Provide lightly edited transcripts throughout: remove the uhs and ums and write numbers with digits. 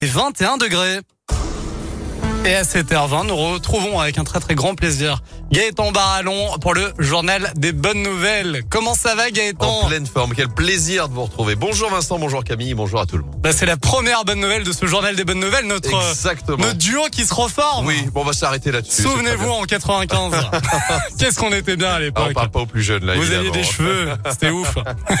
21 degrés. Et à 7h20, nous retrouvons avec un très très grand plaisir Gaëtan Barallon pour le journal des bonnes nouvelles. Comment ça va, Gaëtan? En pleine forme, quel plaisir de vous retrouver. Bonjour Vincent, bonjour Camille, bonjour à tout le monde. C'est la première bonne nouvelle de ce journal des bonnes nouvelles, notre duo qui se reforme. Oui, bon, on va s'arrêter là-dessus. Souvenez-vous en 95. Qu'est-ce qu'on était bien à l'époque. On parle pas aux plus jeunes là. Vous évidemment. aviez des cheveux, c'était ouf.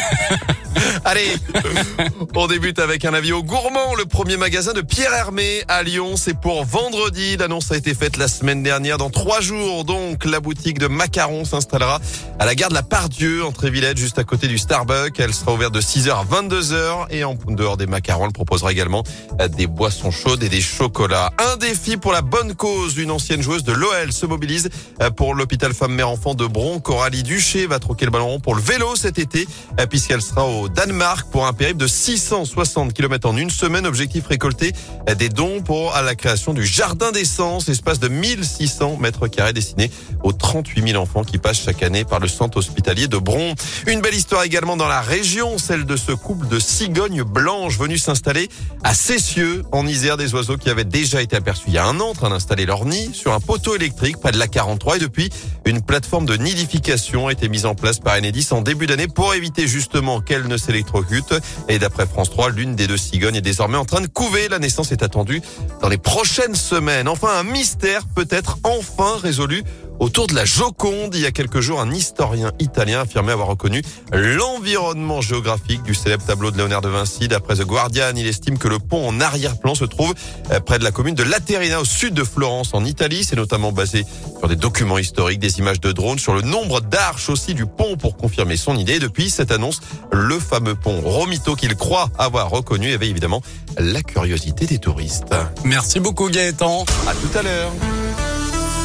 Allez, on débute avec un avis au gourmand. Le premier magasin de Pierre Hermé à Lyon, c'est pour vendredi. L'annonce a été faite la semaine dernière. Dans 3 jours, donc, la boutique de macarons s'installera à la gare de la Part-Dieu, entrée Villette, juste à côté du Starbucks. Elle sera ouverte de 6h à 22h. Et en dehors des macarons, elle proposera également des boissons chaudes et des chocolats. Un défi pour la bonne cause. Une ancienne joueuse de l'OL se mobilise pour l'hôpital femmes-mères-enfants de Bron. Coralie Duché va troquer le ballon rond pour le vélo cet été, puisqu'elle sera au Danemark pour un périple de 660 km en une semaine. Objectif récolter des dons pour à la création du Jardin d'Essence, espace de 1600 mètres carrés destiné aux 38 000 enfants qui passent chaque année par le centre hospitalier de Bron. Une belle histoire également dans la région, celle de ce couple de cigognes blanches venus s'installer à Cessieux, en Isère, des oiseaux qui avaient déjà été aperçus il y a un an en train d'installer leur nid sur un poteau électrique près de la 43 et depuis, une plateforme de nidification a été mise en place par Enedis en début d'année pour éviter justement qu'elle ne s'électrocute. Et d'après France 3, l'une des 2 cigognes est désormais en train de couver. La naissance est attendue dans les prochaines semaines. Enfin, un mystère peut être enfin résolu autour de la Joconde. Il y a quelques jours, un historien italien affirmait avoir reconnu l'environnement géographique du célèbre tableau de Léonard de Vinci. D'après The Guardian, il estime que le pont en arrière-plan se trouve près de la commune de Laterina, au sud de Florence, en Italie. C'est notamment basé sur des documents historiques, des images de drones, sur le nombre d'arches aussi du pont pour confirmer son idée. Depuis cette annonce, le fameux pont Romito qu'il croit avoir reconnu éveille évidemment la curiosité des touristes. Merci beaucoup, Gaëtan. À tout à l'heure.